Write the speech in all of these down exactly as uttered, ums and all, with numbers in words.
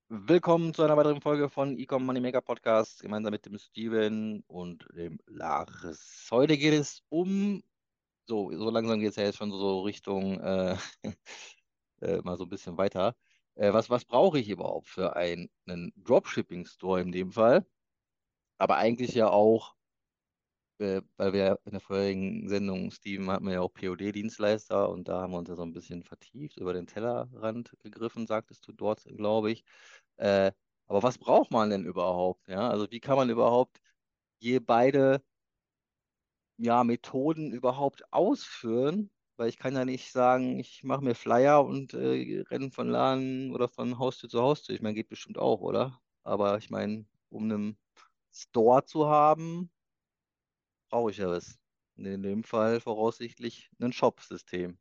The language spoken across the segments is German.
Willkommen zu einer weiteren Folge von Ecom Money Maker Podcast, gemeinsam mit dem Steven und dem Lars. Heute geht es um, so, so langsam geht es ja jetzt schon so Richtung, äh, äh, mal so ein bisschen weiter. Äh, was was brauche ich überhaupt für einen, einen Dropshipping-Store in dem Fall? Aber eigentlich ja auch, äh, weil wir in der vorherigen Sendung, Steven, hatten wir ja auch P O D-Dienstleister und da haben wir uns ja so ein bisschen vertieft über den Tellerrand gegriffen, sagtest du dort, glaube ich. Äh, aber was braucht man denn überhaupt? Ja, also wie kann man überhaupt je beide ja, Methoden überhaupt ausführen? Weil ich kann ja nicht sagen, ich mache mir Flyer und äh, renne von Laden oder von Haustür zu Haustür. Ich meine, geht bestimmt auch, oder? Aber ich meine, um einen Store zu haben, brauche ich ja was. Und in dem Fall voraussichtlich ein Shop-System.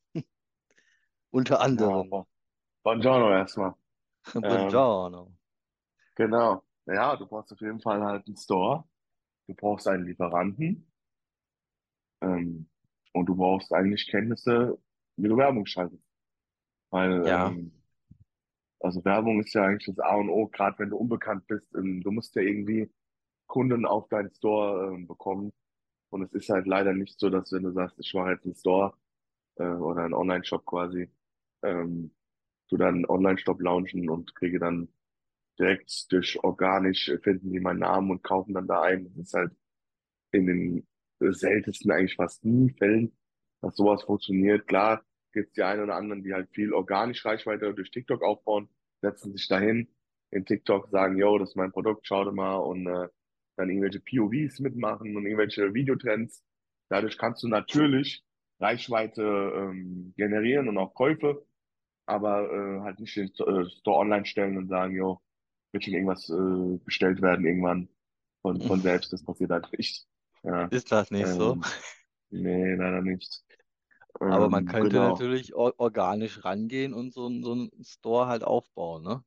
Unter Ja, anderem. bu- Buongiorno erstmal. Ähm, Buongiorno. genau. Ja, du brauchst auf jeden Fall halt einen Store. Du brauchst einen Lieferanten. Ähm, und du brauchst eigentlich Kenntnisse, wie du Werbung schaltest. Weil, Ja, ähm, also Werbung ist ja eigentlich das A und O, gerade wenn du unbekannt bist. Ähm, du musst ja irgendwie Kunden auf deinen Store, ähm, bekommen. Und es ist halt leider nicht so, dass wenn du sagst, ich mache jetzt einen Store, äh, oder einen Online-Shop quasi, ähm, du dann einen Online-Shop launchen und kriege dann direkt durch organisch äh, finden die meinen Namen und kaufen dann da ein. Das ist halt in den seltensten, eigentlich fast nie Fällen, dass sowas funktioniert. Klar gibt es die einen oder anderen, die halt viel organisch Reichweite durch TikTok aufbauen, setzen sich dahin in TikTok, sagen, yo, das ist mein Produkt, schau dir mal und äh, dann irgendwelche P O Vs mitmachen und irgendwelche Videotrends. Dadurch kannst du natürlich Reichweite ähm, generieren und auch Käufe, aber äh, halt nicht den äh, Store online stellen und sagen, jo, wird schon irgendwas äh, bestellt werden irgendwann von, von selbst. Das passiert halt nicht. Ja, ist das nicht so? ähm, nee, leider nicht. Aber man Ähm, könnte genau. natürlich or organisch rangehen und so, ein- so einen Store halt aufbauen, ne?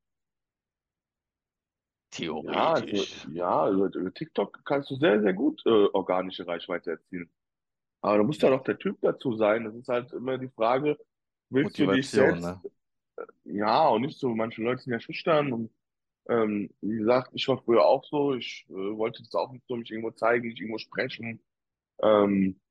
Ja, also, Theoretisch. ja, über, über TikTok kannst du sehr, sehr gut äh, organische Reichweite erzielen. Aber du musst ja doch der Typ dazu sein. Das ist halt immer die Frage, willst du dich Motivation, selbst, ne? ja, und nicht so, manche Leute sind ja schüchtern und ähm, wie gesagt, ich war früher auch so, ich äh, wollte das auch nicht so, mich irgendwo zeigen, nicht irgendwo sprechen. Ähm,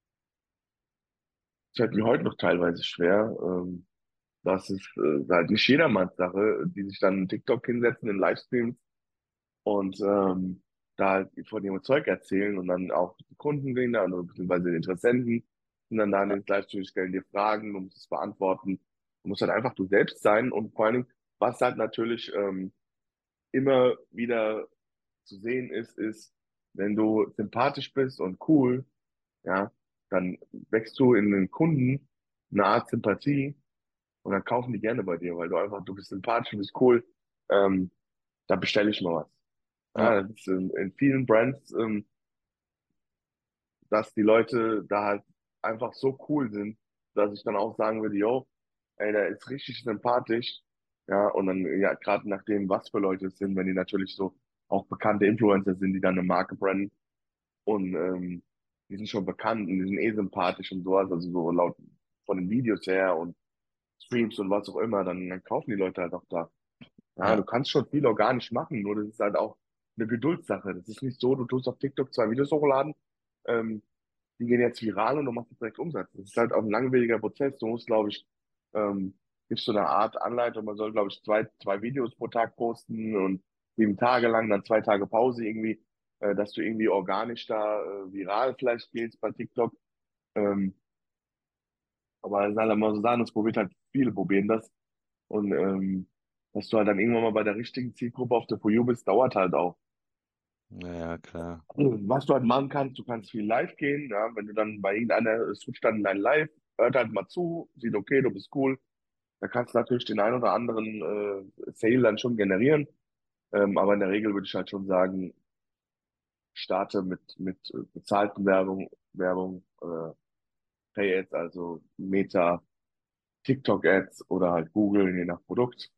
Es fällt mir heute noch teilweise schwer. Ähm, das ist äh, halt nicht jedermanns Sache, die sich dann in TikTok hinsetzen in Livestreams und ähm, da halt von ihrem Zeug erzählen und dann auch die Kunden sehen da oder beziehungsweise die Interessenten sind dann da in Ja, den Livestreams, stellen dir Fragen, du musst es beantworten. Du musst halt einfach du selbst sein und vor allen Dingen, was halt natürlich ähm, immer wieder zu sehen ist, ist, wenn du sympathisch bist und cool, ja, dann wächst du in den Kunden eine Art Sympathie und dann kaufen die gerne bei dir, weil du einfach, du bist sympathisch, du bist cool, ähm, da bestelle ich mal was. ja, Ja, das ist in, in vielen Brands, ähm, dass die Leute da halt einfach so cool sind, dass ich dann auch sagen würde, yo, ey, der ist richtig sympathisch. Ja, und dann, ja, gerade nachdem, was für Leute es sind, wenn die natürlich so auch bekannte Influencer sind, die dann eine Marke branden und ähm, die sind schon bekannt und die sind eh sympathisch und sowas, also so laut von den Videos her und Streams und was auch immer, dann, dann kaufen die Leute halt auch da. Ja, ja, du kannst schon viel organisch machen, nur das ist halt auch eine Geduldssache. Das ist nicht so, du tust auf TikTok zwei Videos hochladen, ähm, die gehen jetzt viral und du machst jetzt direkt Umsatz. Das ist halt auch ein langwieriger Prozess. Du musst, glaube ich, ähm, gibst so eine Art Anleitung, man soll, glaube ich, zwei, zwei Videos pro Tag posten und sieben Tage lang, dann zwei Tage Pause irgendwie, äh, dass du irgendwie organisch da äh, viral vielleicht gehst bei TikTok. Ähm, aber es ist halt immer so sagen, das probiert halt viele probieren das. Und ähm, dass du halt dann irgendwann mal bei der richtigen Zielgruppe auf der For You bist, dauert halt auch. ja, klar. Was du halt machen kannst, du kannst viel live gehen, ja, wenn du dann bei irgendeiner switcht dann in dein Live, hört halt mal zu, sieht, okay, du bist cool, da kannst du natürlich den einen oder anderen äh, Sale dann schon generieren, ähm, aber in der Regel würde ich halt schon sagen, starte mit mit äh, bezahlten Werbung, Werbung, äh, Pay Ads, also Meta, TikTok Ads oder halt Google, je nach Produkt,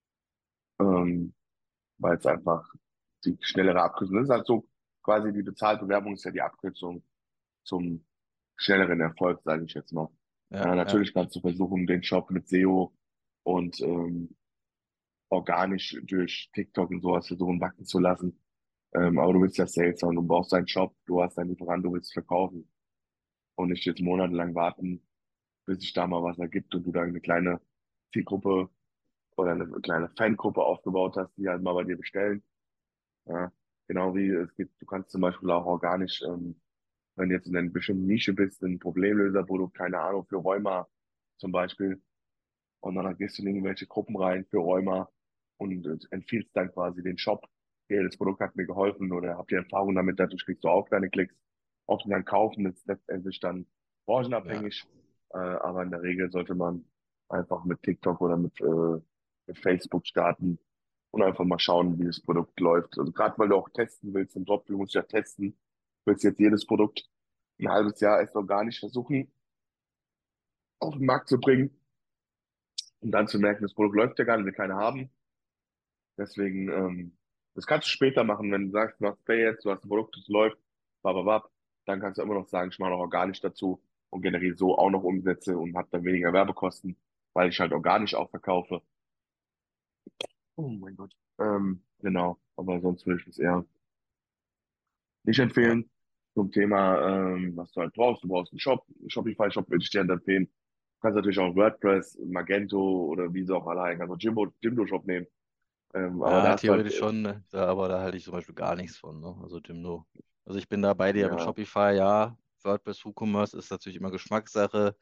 ähm, weil es einfach die schnellere Abkürzung ist. Das ist halt so quasi die bezahlte Werbung ist ja die Abkürzung zum schnelleren Erfolg, sage ich jetzt mal. Ja, Ja, ja, natürlich kannst du versuchen, den Shop mit S E O und ähm, organisch durch TikTok und sowas versuchen wachsen zu lassen. Ähm, aber du willst ja Sales haben, du brauchst deinen Shop, du hast deinen Lieferant, du willst verkaufen und nicht jetzt monatelang warten, bis sich da mal was ergibt und du dann eine kleine Zielgruppe oder eine kleine Fangruppe aufgebaut hast, die halt mal bei dir bestellen. Ja, genau wie es gibt, du kannst zum Beispiel auch organisch, ähm, wenn du jetzt in einer bestimmten Nische bist, ein Problemlöserprodukt, keine Ahnung, für Rheuma zum Beispiel, und dann gehst du in irgendwelche Gruppen rein für Rheuma und äh, empfiehlst dann quasi den Shop. Hey, das Produkt hat mir geholfen oder habt ihr Erfahrung damit, dadurch kriegst du auch deine Klicks. Ob sie dann kaufen, ist letztendlich dann Ja, branchenabhängig. Äh, aber in der Regel sollte man einfach mit TikTok oder mit, äh, mit Facebook starten und einfach mal schauen, wie das Produkt läuft. Also gerade weil du auch testen willst, im Job, du musst ja testen, willst jetzt jedes Produkt ein halbes Jahr erst organisch versuchen, auf den Markt zu bringen und dann zu merken, das Produkt läuft ja gar nicht, will keiner haben. Deswegen, ähm, das kannst du später machen, wenn du sagst, du hast Pay jetzt, du hast ein Produkt, das läuft, bababab, dann kannst du immer noch sagen, ich mache noch organisch dazu und generiere so auch noch Umsätze und habe dann weniger Werbekosten, weil ich halt organisch auch verkaufe. Oh mein Gott. Ähm, genau, aber sonst würde ich es eher nicht ja. empfehlen. Zum Thema, ähm, was du halt brauchst. Du brauchst einen Shop, einen Shopify-Shop würde ich dir empfehlen. Du kannst natürlich auch WordPress, Magento oder wie sie auch alle heißen, also Jimdo, Jimdo-Shop nehmen. Ähm, aber da Ja, hast du halt, theoretisch schon, ne? Da, aber da halte ich zum Beispiel gar nichts von, ne? Also Jimdo. Also ich bin da bei dir mit ja, Shopify, ja. WordPress, WooCommerce ist natürlich immer Geschmackssache.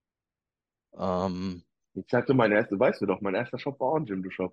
Ähm, ich hatte mein erster, weißt du doch, mein erster Shop war auch ein Jimdo-Shop.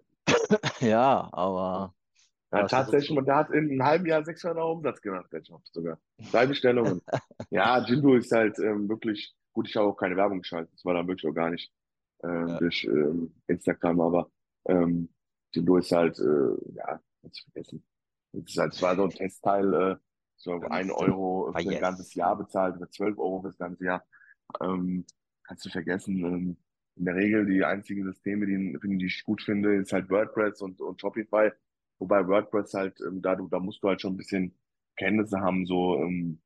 ja, aber Ja, was ist jetzt tatsächlich, so? man, der hat in einem halben Jahr sechshundert Euro Umsatz gemacht, der Shop sogar. Drei Bestellungen. Ja, Jimdo ist halt ähm, wirklich, gut, ich habe auch keine Werbung geschaltet, das war dann wirklich auch gar nicht ähm, Ja, durch ähm, Instagram, aber ähm, Jimdo ist halt, äh, ja, hab ich vergessen. Das ist halt, es war so ein Testteil, äh, so ein kannst du Euro für ein ganzes Jahr vergessen. bezahlt, oder zwölf Euro für das ganze Jahr. Ähm, kannst du vergessen. Ähm, in der Regel die einzigen Systeme, die, die ich gut finde, ist halt WordPress und, und Shopify. Wobei WordPress halt, ähm, da du, da musst du halt schon ein bisschen Kenntnisse haben, so ähm,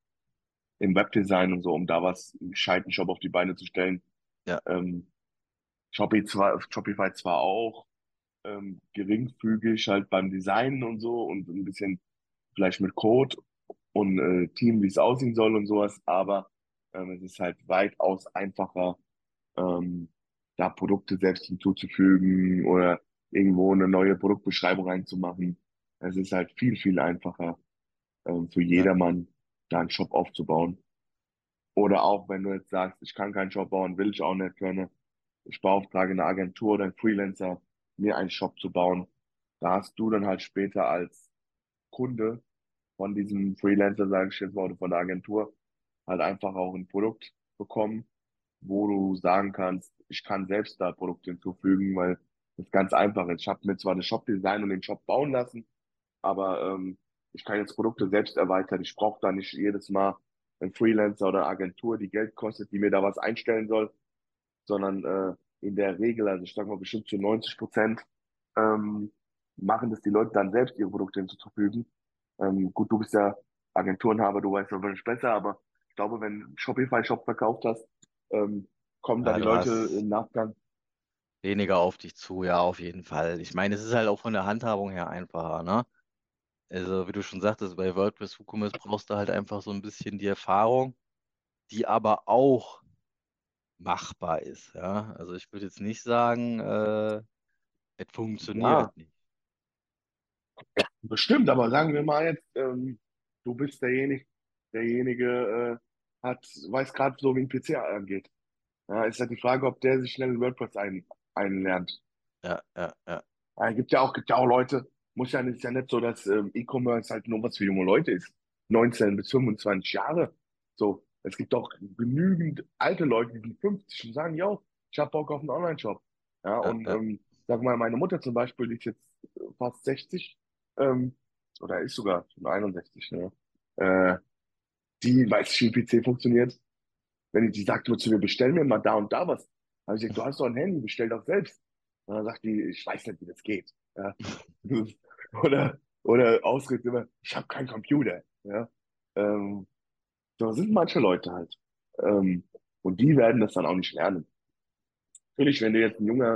im Webdesign und so, um da was einen gescheiten Shop auf die Beine zu stellen. Ja, Ähm, Shopify zwar, Shopify zwar auch ähm, geringfügig halt beim Design und so und ein bisschen vielleicht mit Code und äh, Team, wie es aussehen soll und sowas, aber ähm, es ist halt weitaus einfacher, ähm, da Produkte selbst hinzuzufügen oder irgendwo eine neue Produktbeschreibung reinzumachen. Es ist halt viel, viel einfacher, ähm, für ja, jedermann da einen Shop aufzubauen. Oder auch, wenn du jetzt sagst, ich kann keinen Shop bauen, will ich auch nicht können, ich beauftrage eine Agentur oder einen Freelancer, mir einen Shop zu bauen. Da hast du dann halt später als Kunde von diesem Freelancer, sage ich jetzt mal, oder von der Agentur, halt einfach auch ein Produkt bekommen, wo du sagen kannst, ich kann selbst da Produkte hinzufügen, weil das ganz einfach ist. Ich habe mir zwar den Shop design und den Shop bauen lassen, aber ähm, ich kann jetzt Produkte selbst erweitern. Ich brauche da nicht jedes Mal einen Freelancer oder eine Agentur, die Geld kostet, die mir da was einstellen soll, sondern äh, in der Regel, also ich sag mal bestimmt zu neunzig Prozent, ähm, machen das die Leute dann selbst, ihre Produkte hinzuzufügen. Ähm, gut, du bist ja Agenturenhaber, du weißt wahrscheinlich besser, aber ich glaube, wenn du einen Shopify-Shop verkauft hast, ähm, kommen da ja, die du Leute hast im Nachgang. weniger auf dich zu, ja, auf jeden Fall. Ich meine, es ist halt auch von der Handhabung her einfacher, ne? Also, wie du schon sagtest, bei WordPress, WooCommerce brauchst du halt einfach so ein bisschen die Erfahrung, die aber auch machbar ist, ja. Also, ich würde jetzt nicht sagen, äh, es Ja, funktioniert nicht. bestimmt, aber sagen wir mal jetzt, ähm, du bist derjenige, derjenige äh, hat, weiß gerade so, wie ein P C angeht. Ja, ist halt die Frage, ob der sich schnell in WordPress ein, einlernt. Ja, ja, ja, Ja, gibt ja auch, gibt ja auch Leute, muss ja nicht, ist ja nicht so, dass ähm, E-Commerce halt nur was für junge Leute ist. neunzehn bis fünfundzwanzig Jahre. So, es gibt auch genügend alte Leute, die sind fünfzig und sagen, yo, ich hab Bock auf einen Online-Shop. Ja, ja, und ja. ähm, sag mal, meine Mutter zum Beispiel, die ist jetzt äh, fast sechzig, ähm, oder ist sogar schon einundsechzig, ne? Äh, die weiß nicht, wie P C funktioniert. Wenn die, die sagt nur zu mir, bestell mir mal da und da was. Habe ich gesagt, du hast doch ein Handy, bestell doch selbst. Und dann sagt die, ich weiß nicht, wie das geht. Ja. Oder, oder Ausrede immer, ich habe keinen Computer. Ja. Ähm, so sind manche Leute halt. Ähm, und die werden das dann auch nicht lernen. Natürlich, wenn du jetzt ein junger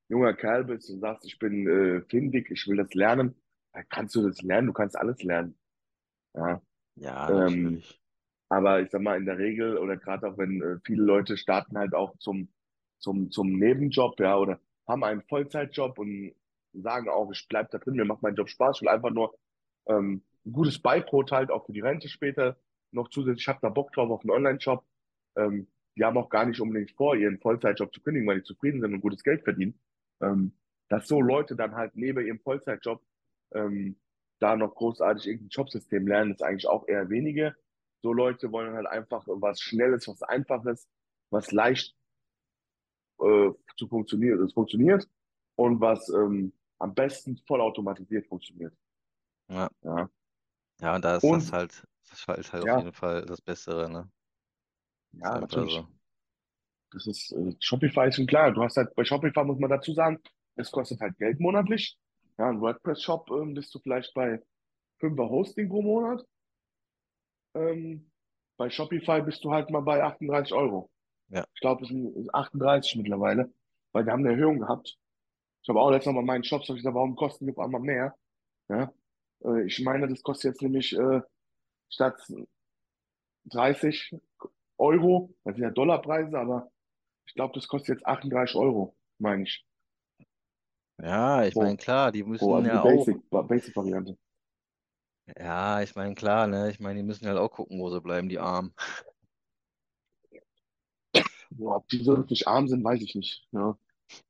junger Kerl bist und sagst, ich bin äh, findig, ich will das lernen, dann kannst du das lernen, du kannst alles lernen. Ja. Ja, Ähm, natürlich. aber ich sag mal, in der Regel, oder gerade auch wenn äh, viele Leute starten halt auch zum, zum, zum Nebenjob, ja, oder haben einen Vollzeitjob und sagen auch, ich bleib da drin, mir macht mein Job Spaß, ich will einfach nur ähm, ein gutes Beibrot halt auch für die Rente später noch zusätzlich, ich habe da Bock drauf auf einen Online-Shop. Ähm, die haben auch gar nicht unbedingt vor, ihren Vollzeitjob zu kündigen, weil die zufrieden sind und gutes Geld verdienen. Ähm, dass so Leute dann halt neben ihrem Vollzeitjob ähm, da noch großartig irgendein Jobsystem lernen, ist eigentlich auch eher wenige. So Leute wollen halt einfach was Schnelles, was Einfaches, was leicht äh, zu funktionieren, das funktioniert und was ähm, am besten vollautomatisiert funktioniert. Ja, Ja. ja, und da ist das Und halt, das ist halt, halt auf ja, jeden Fall das Bessere, ne? Ist ja, einfach natürlich. so. Das ist äh, Shopify ist schon klar. Du hast halt bei Shopify muss man dazu sagen, es kostet halt Geld monatlich. Ja, ein WordPress-Shop ähm, bist du vielleicht bei fünfer Hosting pro Monat. Ähm, bei Shopify bist du halt mal bei achtunddreißig Euro. Ja, Ich glaube, es sind achtunddreißig mittlerweile, weil wir haben eine Erhöhung gehabt. Ich habe auch letztes Mal bei meinen Shops hab ich gesagt, warum kosten die auf einmal mehr? Ja, äh, ich meine, das kostet jetzt nämlich äh, statt dreißig Euro, das sind ja Dollarpreise, aber ich glaube, das kostet jetzt achtunddreißig Euro, meine ich, ja, ich meine, pro, klar, die pro, müssen also die ja auch, Basic, Basic-Variante. ja, ich meine, klar, ne? Ich meine, die müssen halt auch gucken, wo sie bleiben, die Armen. Ja, ob die so wirklich arm sind, weiß ich nicht. Ja,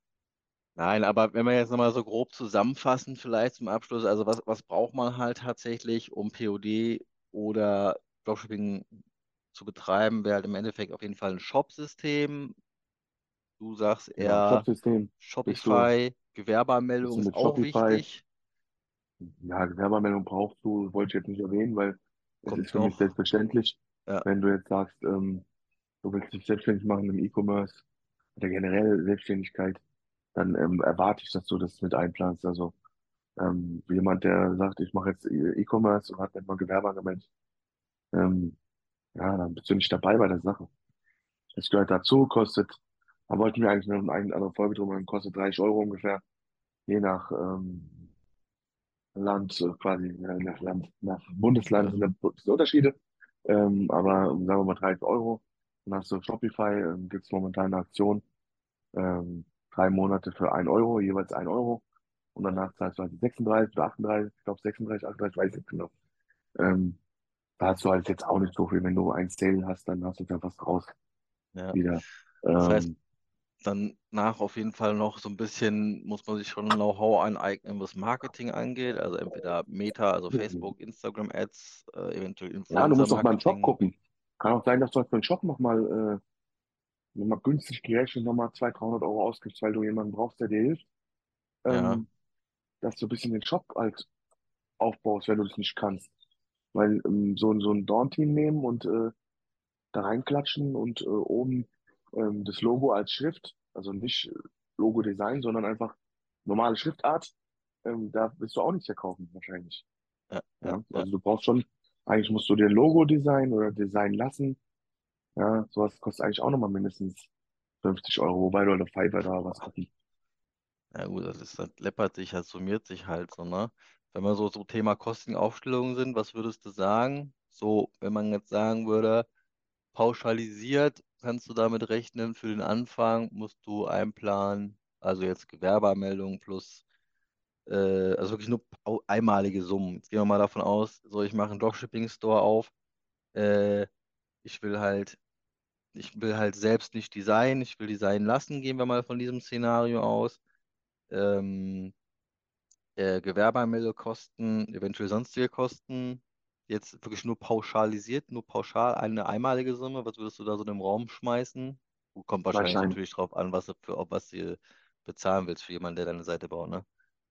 Nein, aber wenn wir jetzt nochmal so grob zusammenfassen, vielleicht zum Abschluss, also was, was braucht man halt tatsächlich, um P O D oder Dropshipping zu betreiben, wäre halt im Endeffekt auf jeden Fall ein Shop-System. Du sagst genau, eher Shop-System bist du, Shopify, bist Gewerbeanmeldung du ist mit auch Shopify. wichtig. Ja, Gewerbeanmeldung brauchst du, wollte ich jetzt nicht erwähnen, weil es ist Kommt für mich noch. selbstverständlich, Ja, wenn du jetzt sagst, ähm, du willst dich selbstständig machen im E-Commerce oder generell Selbstständigkeit, dann ähm, erwarte ich, dass du das mit einplanst. Also ähm, jemand, der sagt, ich mache jetzt E- E-Commerce und hat nicht mal Gewerbe angemeldet, ähm, ja, dann bist du nicht dabei bei der Sache. Das gehört dazu, kostet, da wollten wir eigentlich noch eine andere Folge drüber machen, kostet dreißig Euro ungefähr, je nach ähm, Land, äh, quasi äh, nach Land, nach Bundesland ja, sind da bisschen Unterschiede. Ähm, aber ähm, sagen wir mal dreißig Euro. Dann hast du Shopify, ähm, gibt es momentan eine Aktion, ähm, drei Monate für ein Euro, jeweils ein Euro. Und danach zahlst du halt sechsunddreißig oder achtunddreißig, ich glaube sechsunddreißig, achtunddreißig, weiß ich nicht genau. Ähm, da hast du halt jetzt auch nicht so viel. Wenn du ein Sale hast, dann hast du da fast raus ja. wieder. Das heißt, Ähm, dann nach auf jeden Fall noch so ein bisschen, muss man sich schon Know-how aneignen, was Marketing angeht. Also entweder Meta, also Facebook, Instagram Ads, äh, eventuell ja, du musst auch mal einen Shop Influencer-Marketing. gucken. Kann auch sein, dass du halt für einen Shop nochmal wenn man günstig gerechnet nochmal zweihundert, dreihundert Euro ausgibst, weil du jemanden brauchst, der dir hilft, Ja, ähm, dass du ein bisschen den Shop halt aufbaust, wenn du das nicht kannst. Weil ähm, so, ein- so ein Dawn-Team nehmen und äh, da reinklatschen und äh, oben ähm, das Logo als Schrift, also nicht Logo-Design, sondern einfach normale Schriftart, ähm, da wirst du auch nicht verkaufen, wahrscheinlich. ja, ja, Ja? ja. Also du brauchst schon, eigentlich musst du dir ein Logo designen oder designen lassen. Ja, sowas kostet eigentlich auch nochmal mindestens fünfzig Euro, wobei du halt auf Fiverr da was gucken. Ja gut, das ist, das läppert sich, das summiert sich halt so, ne? Wenn wir so, so Thema Kostenaufstellung sind, was würdest du sagen? So, wenn man jetzt sagen würde, pauschalisiert, kannst du damit rechnen, für den Anfang musst du einplanen, also jetzt Gewerbeanmeldung plus, äh, also wirklich nur au- einmalige Summen. Jetzt gehen wir mal davon aus, so ich mache einen Dropshipping-Store auf, äh, ich will halt, ich will halt selbst nicht designen, ich will designen lassen, gehen wir mal von diesem Szenario aus. Ähm, äh, Gewerbeanmeldekosten, eventuell sonstige Kosten, jetzt wirklich nur pauschalisiert, nur pauschal eine einmalige Summe, was würdest du da so in den Raum schmeißen? Kommt Zwei wahrscheinlich Scheine. natürlich drauf an, was du für, ob was du bezahlen willst für jemanden, der deine Seite baut, ne?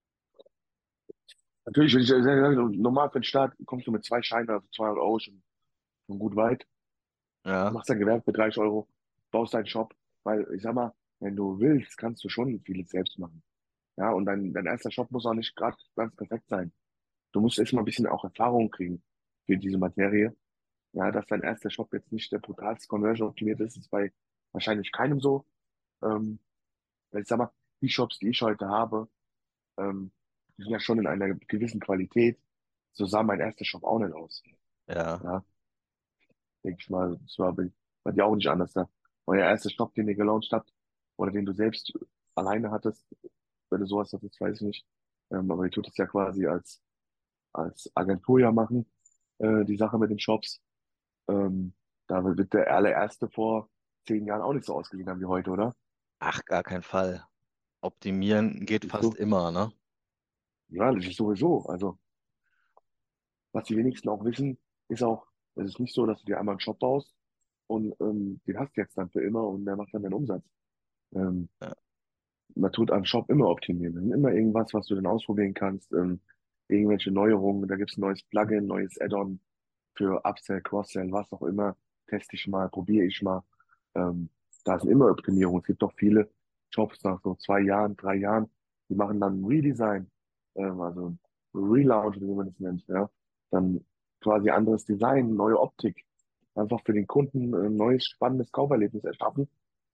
Natürlich, wenn ich sehr, sehr, normal für den Start kommst du mit zwei Scheinen, also zweihundert Euro schon, schon gut weit. Ja, Machst dein Gewerbe für dreißig Euro, baust deinen Shop. Weil ich sag mal, wenn du willst, kannst du schon vieles selbst machen. Ja, und dein, dein erster Shop muss auch nicht gerade ganz perfekt sein. Du musst erstmal ein bisschen auch Erfahrung kriegen für diese Materie. Ja, dass dein erster Shop jetzt nicht der brutalste Conversion optimiert ist, ist bei wahrscheinlich keinem so. Ähm, weil ich sag mal, die Shops, die ich heute habe, ähm, die sind ja schon in einer gewissen Qualität. So sah mein erster Shop auch nicht aus. Ja. Ja, denke ich mal, das war bei, bei dir auch nicht anders. Da. Euer erster Shop, den ihr gelauncht habt, oder den du selbst alleine hattest, wenn du sowas hattest, weiß ich nicht. Ähm, aber ihr tut es ja quasi als, als Agentur ja machen, äh, die Sache mit den Shops. Ähm, da wird der allererste vor zehn Jahren auch nicht so ausgesehen haben wie heute, oder? Ach, gar kein Fall. Optimieren geht Siehst fast du? immer, ne? Ja, das ist sowieso. Also, was die wenigsten auch wissen, ist auch, es ist nicht so, dass du dir einmal einen Shop baust und ähm, den hast du jetzt dann für immer und der macht dann den Umsatz. Ähm, Ja, Man tut am Shop immer optimieren. Es ist immer irgendwas, was du dann ausprobieren kannst. Ähm, irgendwelche Neuerungen. Da gibt's ein neues Plugin, neues Add-on für Upsell, Cross-Sell, was auch immer. Teste ich mal, probiere ich mal. Ähm, Da sind immer Optimierungen. Es gibt doch viele Shops nach so zwei Jahren, drei Jahren, die machen dann ein Redesign, ähm, also ein Relaunch, wie man das nennt. Ja. Dann quasi anderes Design, neue Optik. Einfach für den Kunden ein neues, spannendes Kauferlebnis erschaffen.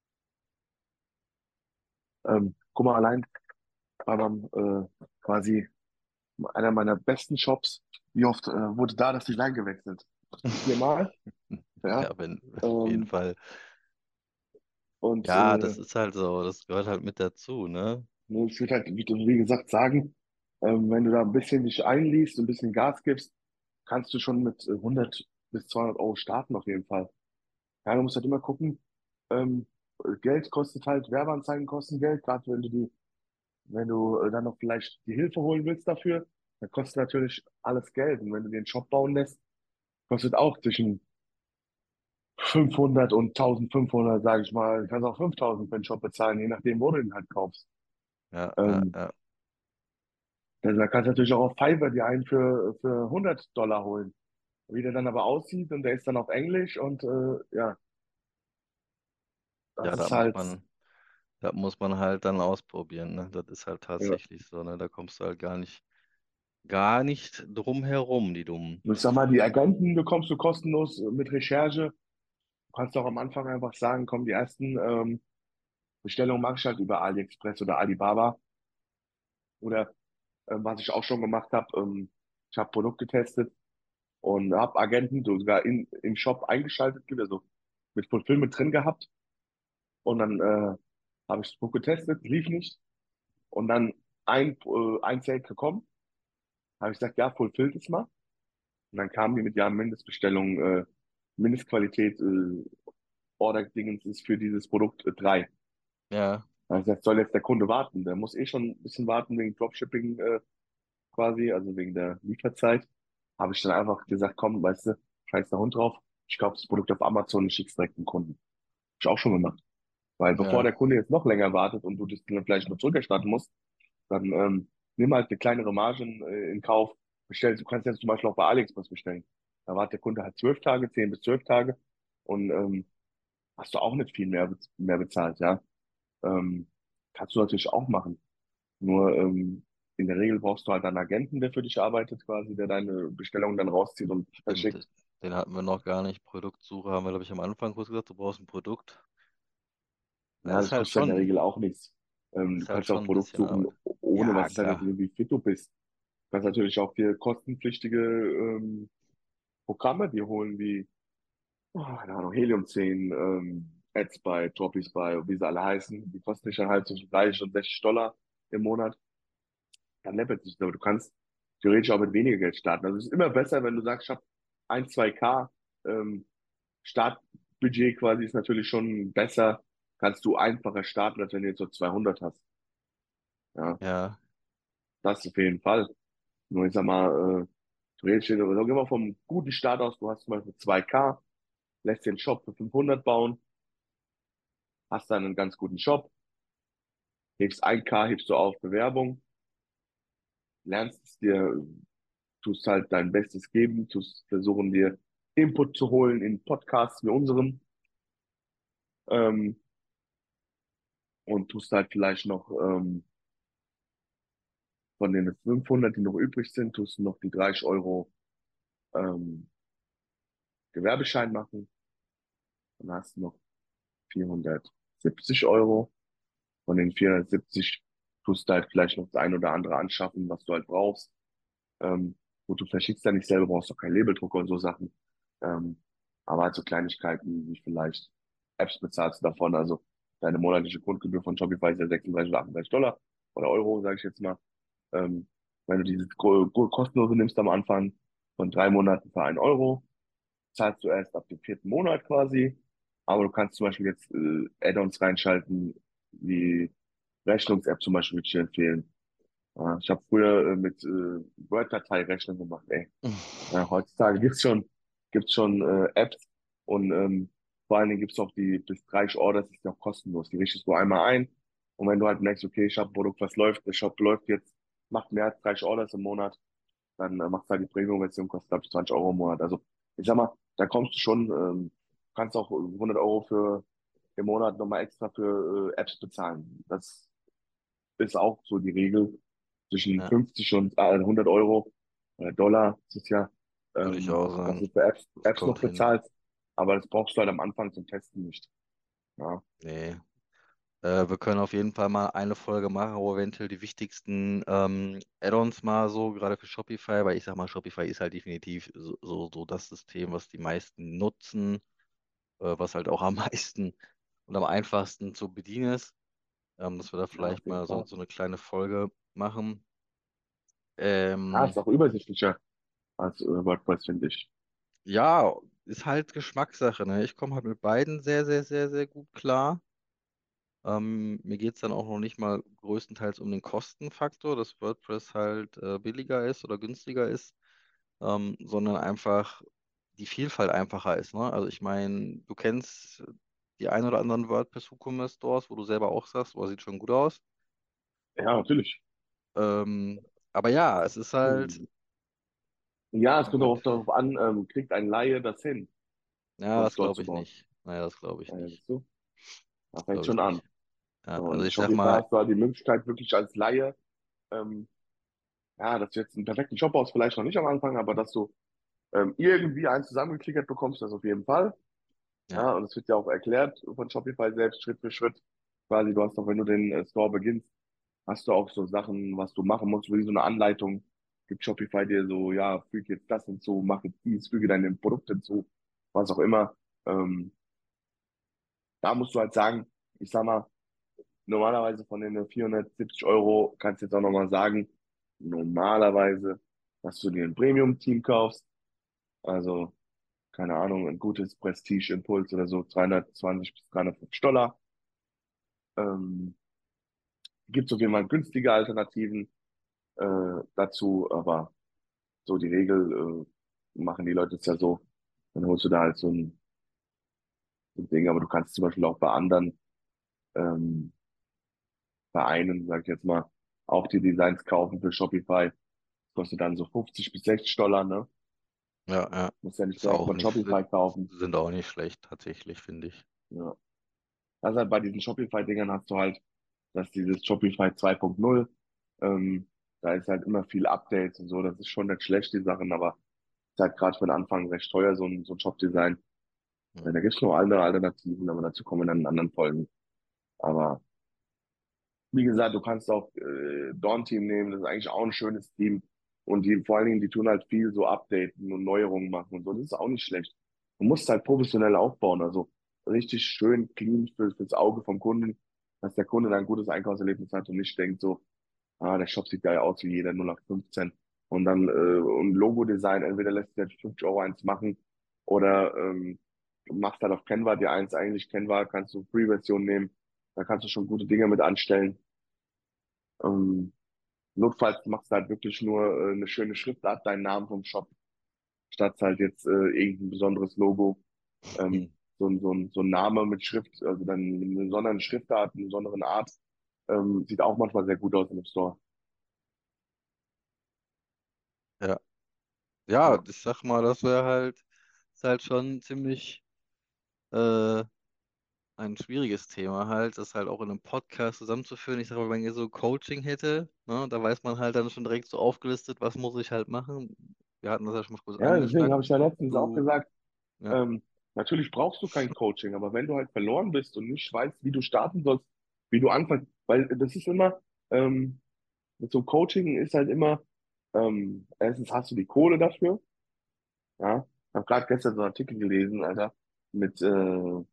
Ähm, guck mal, allein bei meinem äh, quasi einer meiner besten Shops. Wie oft äh, wurde da das Design gewechselt? Viermal, ja. ja, wenn, auf jeden Ähm, Fall. und Ja, äh, das ist halt so, das gehört halt mit dazu, ne? nur ich würde halt, wie, du- wie gesagt, sagen, ähm, wenn du da ein bisschen dich einliest, ein bisschen Gas gibst, kannst du schon mit äh, hundert bis zweihundert Euro starten auf jeden Fall. Ja, du musst halt immer gucken, ähm, Geld kostet halt, Werbeanzeigen kosten Geld, gerade wenn du die, wenn du äh, dann noch vielleicht die Hilfe holen willst dafür, dann kostet natürlich alles Geld. Und wenn du den Shop bauen lässt, kostet auch zwischen fünfhundert und eintausendfünfhundert, sage ich mal. Du kannst auch fünftausend für den Shop bezahlen, je nachdem, wo du den halt kaufst. Ja, ja, Ähm, ja. dann da kannst du natürlich auch auf Fiverr dir einen für, für hundert Dollar holen. Wie der dann aber aussieht und der ist dann auf Englisch und äh, ja, das Ja, da ist muss halt, man, da muss man halt dann ausprobieren, ne? Das ist halt ja. tatsächlich so, ne? Da kommst du halt gar nicht, gar nicht drum herum, die Dummen. Ich sag mal, die Agenten bekommst du kostenlos mit Recherche. Du kannst auch am Anfang einfach sagen, komm, die ersten ähm, Bestellungen mache ich halt über AliExpress oder Alibaba. Oder ähm, was ich auch schon gemacht habe, ähm, ich habe Produkt getestet und habe Agenten sogar in, im Shop eingeschaltet, also mit Fulfillment drin gehabt. Und dann äh, habe ich das Produkt getestet, lief nicht. Und dann ein, äh, ein Sale gekommen, habe ich gesagt, ja, fulfillt es mal. Und dann kamen die mit, ja, Mindestbestellung, äh, Mindestqualität, äh, Order-Dingens ist für dieses Produkt äh, drei. Ja, Da habe ich gesagt, soll jetzt der Kunde warten? Der muss eh schon ein bisschen warten wegen Dropshipping äh, quasi, also wegen der Lieferzeit. Habe ich dann einfach gesagt, komm, weißt du, scheiß der Hund drauf. Ich kaufe das Produkt auf Amazon und schick's direkt dem Kunden. Hab ich auch schon gemacht. Weil bevor ja, der Kunde jetzt noch länger wartet und du das dann vielleicht noch zurückerstatten musst, dann ähm, nimm halt eine kleinere Marge äh, in Kauf. Bestell, du kannst jetzt zum Beispiel auch bei AliExpress bestellen. Da wartet der Kunde halt zwölf Tage, zehn bis zwölf Tage und ähm, hast du auch nicht viel mehr, bez- mehr bezahlt, ja. Ähm, Kannst du natürlich auch machen. Nur ähm, in der Regel brauchst du halt einen Agenten, der für dich arbeitet, quasi, der deine Bestellung dann rauszieht und stimmt. verschickt. Den hatten wir noch gar nicht. Produktsuche haben wir, glaube ich, am Anfang kurz gesagt, du brauchst ein Produkt. Das Ja, ist das halt kostet ja in der schon, Regel auch nichts. Ähm, du ist halt kannst auch schon ein Produkt bisschen suchen, Arbeit. ohne Ja, was ist halt klar. natürlich, wie fit du bist. Du kannst natürlich auch dir kostenpflichtige ähm, Programme dir holen, wie, oh, keine Ahnung, Helium zehn, ähm, AdSpy, Dropispy, wie sie alle heißen. Die kosten dich dann halt zwischen dreißig und sechzig Dollar im Monat. Dann läppert sich, aber du kannst theoretisch auch mit weniger Geld starten. Also es ist immer besser, wenn du sagst, ich habe ein, zwei K, ähm, Startbudget quasi ist natürlich schon besser, kannst du einfacher starten, als wenn du jetzt so zweihundert hast. Ja, Ja, das auf jeden Fall. Nur ich sag mal, äh, theoretisch, also gehen wir vom guten Start aus, du hast zum Beispiel zwei K, lässt den Shop für fünfhundert bauen, hast dann einen ganz guten Shop, hebst ein K, hebst du auf Bewerbung, lernst es dir, tust halt dein Bestes geben, tust versuchen dir Input zu holen in Podcasts wie unserem, ähm, und tust halt vielleicht noch, ähm, von den fünfhundert, die noch übrig sind, tust du noch die dreißig Euro, ähm, Gewerbeschein machen, dann hast du noch vierhundertsiebzig Euro. Von den vierhundertsiebzig tust halt vielleicht noch das ein oder andere anschaffen, was du halt brauchst. Ähm, gut, du verschickst ja nicht selber, brauchst doch keinen Labeldrucker und so Sachen. Ähm, aber halt so Kleinigkeiten wie vielleicht Apps bezahlst du davon. Also deine monatliche Grundgebühr von Shopify ist ja sechsunddreißig oder achtunddreißig Dollar oder Euro, sage ich jetzt mal. Ähm, wenn du dieses gro- gro- kostenlose nimmst am Anfang von drei Monaten für einen Euro, zahlst du erst ab dem vierten Monat quasi. Aber du kannst zum Beispiel jetzt äh, Add-ons reinschalten, wie Rechnungs-App zum Beispiel, würde ich dir empfehlen. Ja, ich habe früher äh, mit äh, Word-Datei Rechnung gemacht, ey. Ja, heutzutage gibt's schon, gibt's schon äh, Apps und ähm, vor allen Dingen gibt's auch die bis dreißig Orders, ist ja auch kostenlos. Die richtest du einmal ein und wenn du halt merkst, okay, ich habe ein Produkt, was läuft, der Shop läuft jetzt, macht mehr als dreißig Orders im Monat, dann äh, machst du halt die Premium-Version, kostet glaube ich zwanzig Euro im Monat. Also ich sag mal, da kommst du schon, ähm, kannst auch hundert Euro für im Monat nochmal extra für äh, Apps bezahlen. Das ist auch so die Regel zwischen Ja, fünfzig und äh, hundert Euro oder Dollar. Das ist ja, würde ich ähm, auch dass sagen. du für Apps, Das Apps noch kommt hin. bezahlst. Aber das brauchst du halt am Anfang zum Testen nicht. Ja, Nee. Äh, wir können auf jeden Fall mal eine Folge machen, wo wir eventuell die wichtigsten ähm, Add-ons mal so, gerade für Shopify, weil ich sag mal, Shopify ist halt definitiv so, so, so das System, was die meisten nutzen, äh, was halt auch am meisten und am einfachsten zu bedienen ist. Ähm, dass wir da ja, auf vielleicht jeden mal so, Fall. so eine kleine Folge machen. Ja, Ähm, ist auch übersichtlicher als äh, WordPress, finde ich. ja, ist halt Geschmackssache, ne? Ich komme halt mit beiden sehr, sehr, sehr, sehr gut klar. Ähm, mir geht es dann auch noch nicht mal größtenteils um den Kostenfaktor, dass WordPress halt äh, billiger ist oder günstiger ist, ähm, sondern einfach die Vielfalt einfacher ist. Ne? Also ich meine, du kennst die ein oder anderen WordPress WooCommerce Stores, wo du selber auch sagst, oh, sieht schon gut aus. Ja, natürlich. Ähm, aber ja, es ist halt, Hm. Ja, es sag kommt mal, auch darauf an, ähm, kriegt ein Laie das hin, ja, so einen das Store glaube zu ich bauen. nicht. Naja, das glaube ich Äh, nicht. siehst du? Da Das fängt glaube ich schon an. nicht. Ja, So, also und ich sag Shopify mal, hast du halt die Möglichkeit, wirklich als Laie, ähm, ja, dass du jetzt einen perfekten Shop baust, vielleicht noch nicht am Anfang, aber dass du ähm, irgendwie eins zusammengeklickert bekommst, das auf jeden Fall. ja, Ja, und es wird ja auch erklärt von Shopify selbst Schritt für Schritt. Quasi, du hast auch, wenn du den äh, Store beginnst, hast du auch so Sachen, was du machen musst, wie so eine Anleitung. Gibt Shopify dir so, ja, füge jetzt das hinzu, mach jetzt dies, füge dein Produkt hinzu, was auch immer. Ähm, da musst du halt sagen, ich sag mal, normalerweise von den vierhundertsiebzig Euro kannst du jetzt auch nochmal sagen, normalerweise, dass du dir ein Premium-Team kaufst, also keine Ahnung, ein gutes Prestige-Impuls oder so, dreihundertzwanzig bis dreihundertfünfzig Dollar. Ähm, Gibt es auf jeden Fall günstige Alternativen äh, dazu, aber so die Regel äh, machen die Leute es ja so, dann holst du da halt so ein, so ein Ding, aber du kannst zum Beispiel auch bei anderen ähm, Vereinen, sag ich jetzt mal, auch die Designs kaufen für Shopify. Kostet dann so fünfzig bis sechzig Dollar, ne? ja, ja. Musst ja nicht Ist direkt auch von nicht, Shopify kaufen. sind auch nicht schlecht, tatsächlich, finde ich. Ja. Also halt bei diesen Shopify-Dingern hast du halt, dass dieses Shopify zwei Punkt null, ähm, da ist halt immer viel Updates und so, das ist schon nicht schlecht, die Sachen, aber ist halt gerade für den Anfang recht teuer, so ein, so ein Shop-Design. Hm. Äh, Da gibt's noch andere Alternativen, aber dazu kommen wir dann in anderen Folgen. Aber wie gesagt, du kannst auch äh, Dawn-Team nehmen, das ist eigentlich auch ein schönes Team. Und die, vor allen Dingen, die tun halt viel so Updaten und Neuerungen machen und so. Das ist auch nicht schlecht. Du musst halt professionell aufbauen, also richtig schön clean für, fürs Auge vom Kunden, dass der Kunde dann ein gutes Einkaufserlebnis hat und nicht denkt so, ah, der Shop sieht geil aus wie jeder null acht fünfzehn. Und dann äh, und Logo-Design, entweder lässt du dir fünfzig Euro eins machen oder ähm, du machst halt auf Canva dir eins. Eigentlich Canva kannst du Free-Version nehmen, da kannst du schon gute Dinge mit anstellen. Ähm, Notfalls machst du halt wirklich nur äh, eine schöne Schriftart, deinen Namen vom Shop, statt halt jetzt äh, irgendein besonderes Logo. Hm. Ähm, so, ein- so, ein, so ein Name mit Schrift, also dann eine besondere Schriftart, eine besondere Art, ähm, sieht auch manchmal sehr gut aus im Store. Ja. Ja, Ja, ich sag mal, das wäre halt, ist halt schon ziemlich äh, ein schwieriges Thema halt, das halt auch in einem Podcast zusammenzuführen. Ich sag mal, wenn ihr so Coaching hätte, ne, da weiß man halt dann schon direkt so aufgelistet, was muss ich halt machen. Wir hatten das ja schon mal kurz ja deswegen habe ich ja angeschnackt. letztens auch Du, gesagt, ja, ähm, natürlich brauchst du kein Coaching, aber wenn du halt verloren bist und nicht weißt, wie du starten sollst, wie du anfängst, weil das ist immer, ähm, mit so Coaching ist halt immer, ähm, erstens hast du die Kohle dafür, ja. Ich habe gerade gestern so einen Artikel gelesen, Alter, mit, äh,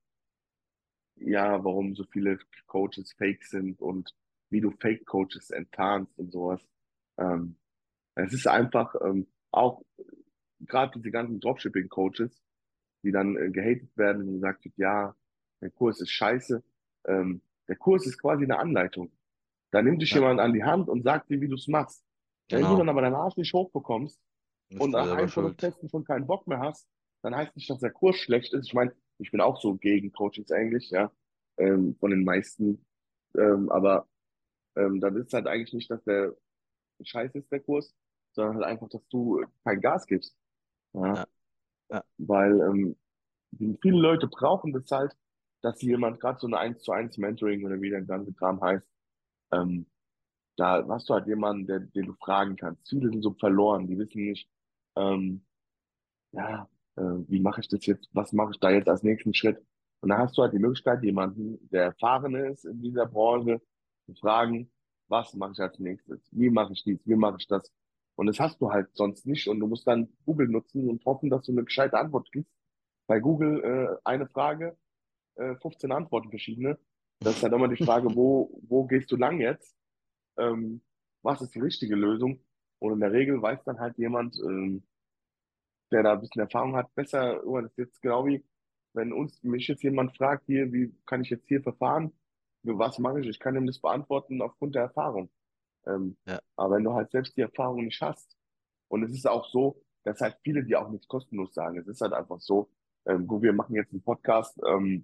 ja, warum so viele Coaches fake sind und wie du Fake-Coaches enttarnst und sowas. Ähm, es ist einfach, ähm, auch gerade diese ganzen Dropshipping-Coaches, die dann äh, gehatet werden und gesagt wird, ja, der Kurs ist scheiße. Ähm, der Kurs ist quasi eine Anleitung. Da nimmt dich Ja, jemand an die Hand und sagt dir, wie du es machst. Wenn du genau. dann aber deinen Arsch nicht hochbekommst und Bist du nach selber einem schuld. Produkttesten schon keinen Bock mehr hast, dann heißt nicht, dass der Kurs schlecht ist. Ich meine, ich bin auch so gegen Coachings eigentlich, ja, ähm, von den meisten. Ähm, aber ähm, dann ist halt eigentlich nicht, dass der scheiße ist, der Kurs, sondern halt einfach, dass du kein Gas gibst. Ja, Ja, ja, weil ähm, die, viele Leute brauchen das halt, dass jemand gerade so eine eins zu eins Mentoring oder wie der ganze Kram heißt, ähm, da hast du halt jemanden, der, den du fragen kannst. Viele sind so verloren, die wissen nicht, ähm, ja, äh, wie mache ich das jetzt, was mache ich da jetzt als nächsten Schritt? Und dann hast du halt die Möglichkeit, jemanden, der erfahren ist in dieser Branche, zu fragen, was mache ich als nächstes? Wie mache ich dies? Wie mache ich das? Und das hast du halt sonst nicht. Und du musst dann Google nutzen und hoffen, dass du eine gescheite Antwort kriegst. Bei Google äh, eine Frage, äh, fünfzehn Antworten verschiedene. Das ist halt immer die Frage, wo, wo gehst du lang jetzt? Ähm, was ist die richtige Lösung? Und in der Regel weiß dann halt jemand, ähm, der da ein bisschen Erfahrung hat, besser, oh, das ist jetzt genau wie, wenn uns, mich jetzt jemand fragt, hier, wie kann ich jetzt hier verfahren? Was mache ich? Ich kann ihm das beantworten aufgrund der Erfahrung. Ähm, ja, aber wenn du halt selbst die Erfahrung nicht hast, und es ist auch so, dass halt viele die auch nichts kostenlos sagen. Es ist halt einfach so, ähm, gut, wir machen jetzt einen Podcast, ähm,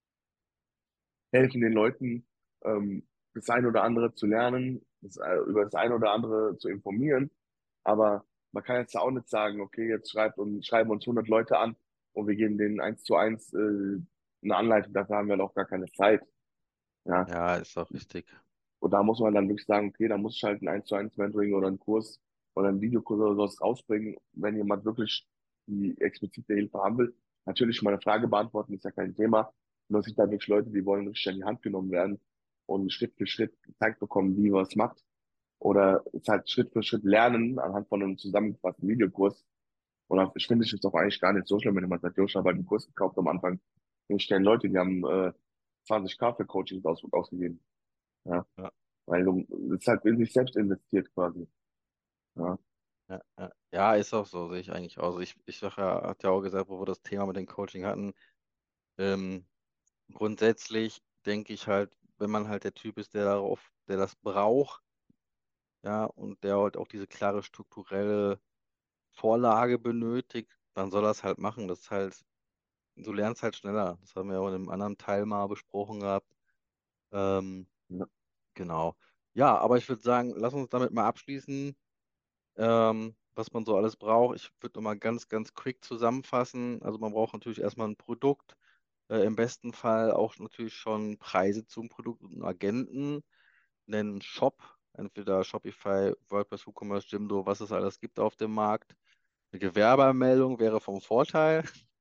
helfen den Leuten, ähm, das ein oder andere zu lernen, das, äh, über das ein oder andere zu informieren. Aber man kann jetzt auch nicht sagen, okay, jetzt schreibt und schreiben uns hundert Leute an und wir geben denen eins zu eins äh, eine Anleitung. Dafür haben wir doch gar keine Zeit. Ja, ja, ist auch richtig. und da muss man dann wirklich sagen, okay, da muss ich halt ein eins zu eins Mentoring oder einen Kurs oder einen Videokurs oder sowas rausbringen, wenn jemand wirklich die explizite Hilfe haben will. Natürlich meine Frage beantworten ist ja kein Thema. Nur es sind halt wirklich Leute, die wollen richtig an die Hand genommen werden und Schritt für Schritt gezeigt bekommen, wie man es macht. Oder es halt Schritt für Schritt lernen anhand von einem zusammengefassten Videokurs. Und ich finde es jetzt auch eigentlich gar nicht so schlimm, wenn jemand sagt, jo, ich habe halt einen Kurs gekauft am Anfang. Ich kenne Leute, die haben äh, zwanzig K für Coachings aus, ausgegeben. Ja. Ja, Weil du, das ist halt in sich selbst investiert quasi. Ja, ja, ja. Ja, ist auch so, sehe ich eigentlich auch. Also ich, ich sag ja, hat ja auch gesagt, wo wir das Thema mit dem Coaching hatten, ähm, grundsätzlich denke ich halt, wenn man halt der Typ ist, der darauf, der das braucht, ja, und der halt auch diese klare strukturelle Vorlage benötigt, dann soll er es halt machen. Das ist halt, du lernst halt schneller. Das haben wir auch in einem anderen Teil mal besprochen gehabt. Ähm, ja, genau. Ja, aber ich würde sagen, lass uns damit mal abschließen, ähm, was man so alles braucht. Ich würde nochmal ganz, ganz quick zusammenfassen. Also man braucht natürlich erstmal ein Produkt, äh, im besten Fall auch natürlich schon Preise zum Produkt und einen Agenten, einen Shop, entweder Shopify, WordPress, WooCommerce, Jimdo, was es alles gibt auf dem Markt. Eine Gewerbeanmeldung wäre vom Vorteil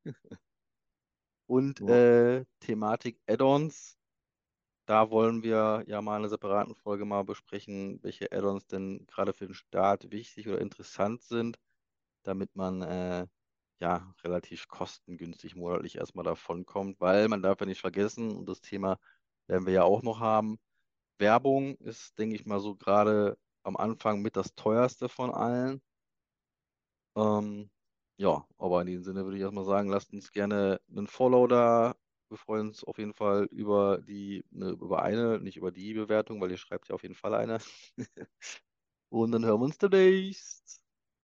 und ja, äh, Thematik Add-ons. Da wollen wir ja mal in einer separaten Folge mal besprechen, welche Add-ons denn gerade für den Start wichtig oder interessant sind, damit man äh, ja relativ kostengünstig monatlich erstmal davon kommt, weil man darf ja nicht vergessen, und das Thema werden wir ja auch noch haben, Werbung ist, denke ich mal, so gerade am Anfang mit das teuerste von allen. Ähm, ja, aber in diesem Sinne würde ich erstmal sagen, lasst uns gerne einen Follow da. Wir freuen uns auf jeden Fall über die, ne, über eine, nicht über die Bewertung, weil ihr schreibt ja auf jeden Fall eine. Und dann hören wir uns demnächst.